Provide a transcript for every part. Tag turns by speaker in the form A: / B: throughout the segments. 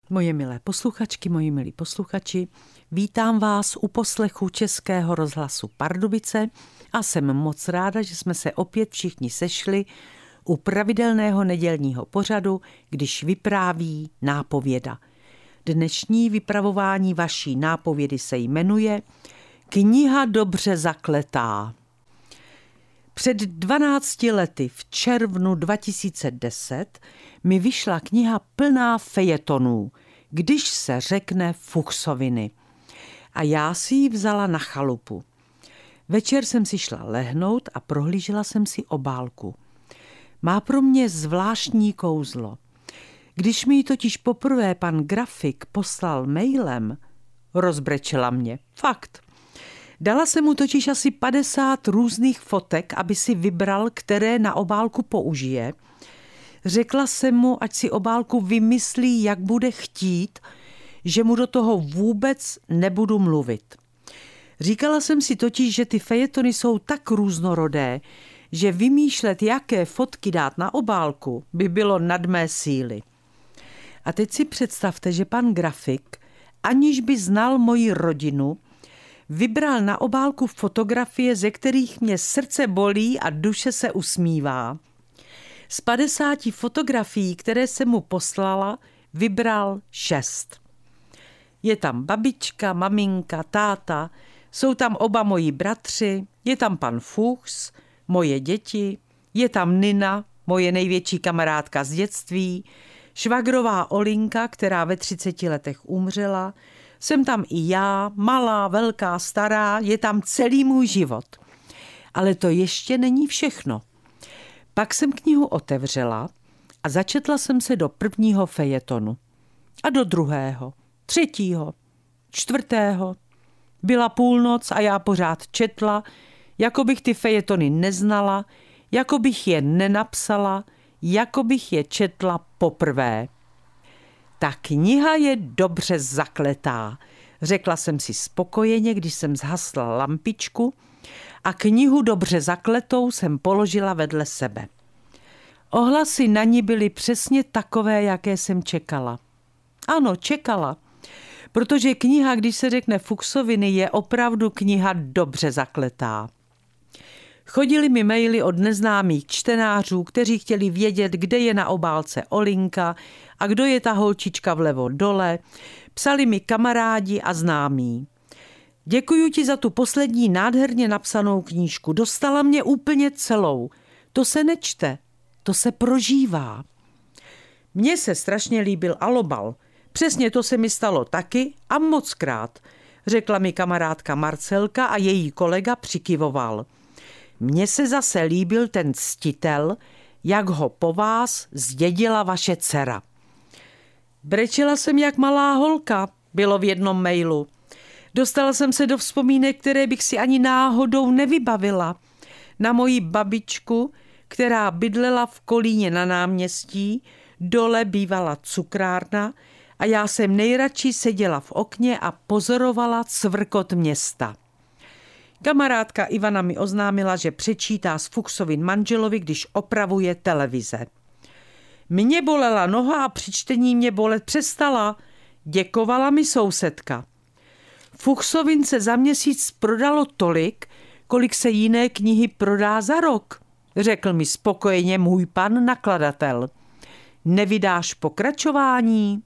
A: Moje milé posluchačky, moji milí posluchači, vítám vás u poslechu Českého rozhlasu Pardubice a jsem moc ráda, že jsme se opět všichni sešli u pravidelného nedělního pořadu, když vypráví nápověda. Dnešní vypravování vaší nápovědy se jmenuje Kniha dobře zakletá. Před 12 lety v červnu 2010 mi vyšla kniha plná fejetonů, když se řekne Fuchsoviny. A já si ji vzala na chalupu. Večer jsem si šla lehnout a prohlížela jsem si obálku. Má pro mě zvláštní kouzlo. Když mi ji totiž poprvé pan grafik poslal mailem, rozbrečela mě. Fakt. Dala jsem mu totiž asi 50 různých fotek, aby si vybral, které na obálku použije. Řekla jsem mu, ať si obálku vymyslí, jak bude chtít, že mu do toho vůbec nebudu mluvit. Říkala jsem si totiž, že ty fejetony jsou tak různorodé, že vymýšlet, jaké fotky dát na obálku, by bylo nad mé síly. A teď si představte, že pan grafik, aniž by znal moji rodinu, vybral na obálku fotografie, ze kterých mě srdce bolí a duše se usmívá. Z 50 fotografií, které jsem mu poslala, vybral 6. Je tam babička, maminka, táta, jsou tam oba moji bratři, je tam pan Fuchs, moje děti, je tam Nina, moje největší kamarádka z dětství, švagrová Olinka, která ve 30 letech umřela, jsem tam i já, malá, velká, stará, je tam celý můj život. Ale to ještě není všechno. Pak jsem knihu otevřela a začetla jsem se do prvního fejetonu. A do druhého, třetího, čtvrtého. Byla půlnoc a já pořád četla, jako bych ty fejetony neznala, jako bych je nenapsala, jako bych je četla poprvé. Ta kniha je dobře zakletá, řekla jsem si spokojeně, když jsem zhasla lampičku a knihu dobře zakletou jsem položila vedle sebe. Ohlasy na ní byly přesně takové, jaké jsem čekala. Ano, čekala, protože kniha, když se řekne Fuchsoviny, je opravdu kniha dobře zakletá. Chodily mi maily od neznámých čtenářů, kteří chtěli vědět, kde je na obálce Olinka a kdo je ta holčička vlevo dole. Psali mi kamarádi a známí. Děkuju ti za tu poslední nádherně napsanou knížku. Dostala mě úplně celou. To se nečte, to se prožívá. Mně se strašně líbil alobal. Přesně to se mi stalo taky a mockrát, řekla mi kamarádka Marcelka a její kolega přikyvoval. Mně se zase líbil ten ctitel, jak ho po vás zdědila vaše dcera. Brečela jsem jak malá holka, bylo v jednom mailu. Dostala jsem se do vzpomínek, které bych si ani náhodou nevybavila. Na moji babičku, která bydlela v Kolíně na náměstí, dole bývala cukrárna a já jsem nejradši seděla v okně a pozorovala cvrkot města. Kamarádka Ivana mi oznámila, že přečítá z Fuchsovin manželovi, když opravuje televize. Mě bolela noha a při čtení mě bolet přestala, děkovala mi sousedka. Fuchsovin se za měsíc prodalo tolik, kolik se jiné knihy prodá za rok, řekl mi spokojeně můj pan nakladatel. Nevydáš pokračování?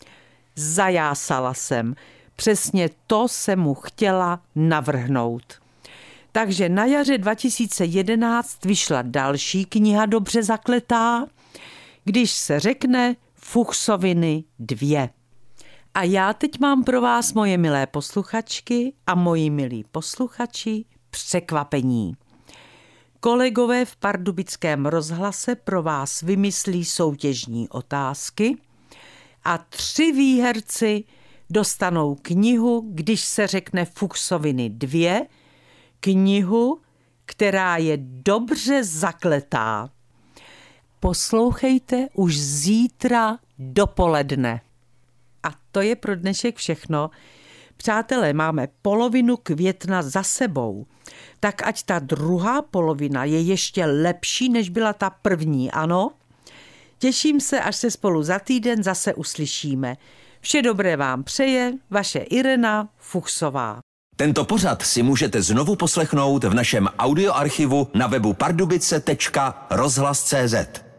A: Zajásala jsem. Přesně to jsem mu chtěla navrhnout. Takže na jaře 2011 vyšla další kniha dobře zakletá, když se řekne Fuchsoviny 2. A já teď mám pro vás, moje milé posluchačky a moji milí posluchači, překvapení. Kolegové v Pardubickém rozhlase pro vás vymyslí soutěžní otázky a 3 výherci dostanou knihu, když se řekne Fuchsoviny 2, knihu, která je dobře zakletá. Poslouchejte už zítra dopoledne. A to je pro dnešek všechno. Přátelé, máme polovinu května za sebou. Tak ať ta druhá polovina je ještě lepší, než byla ta první, ano? Těším se, až se spolu za týden zase uslyšíme. Vše dobré vám přeje vaše Irena Fuchsová.
B: Tento pořad si můžete znovu poslechnout v našem audioarchivu na webu pardubice.rozhlas.cz.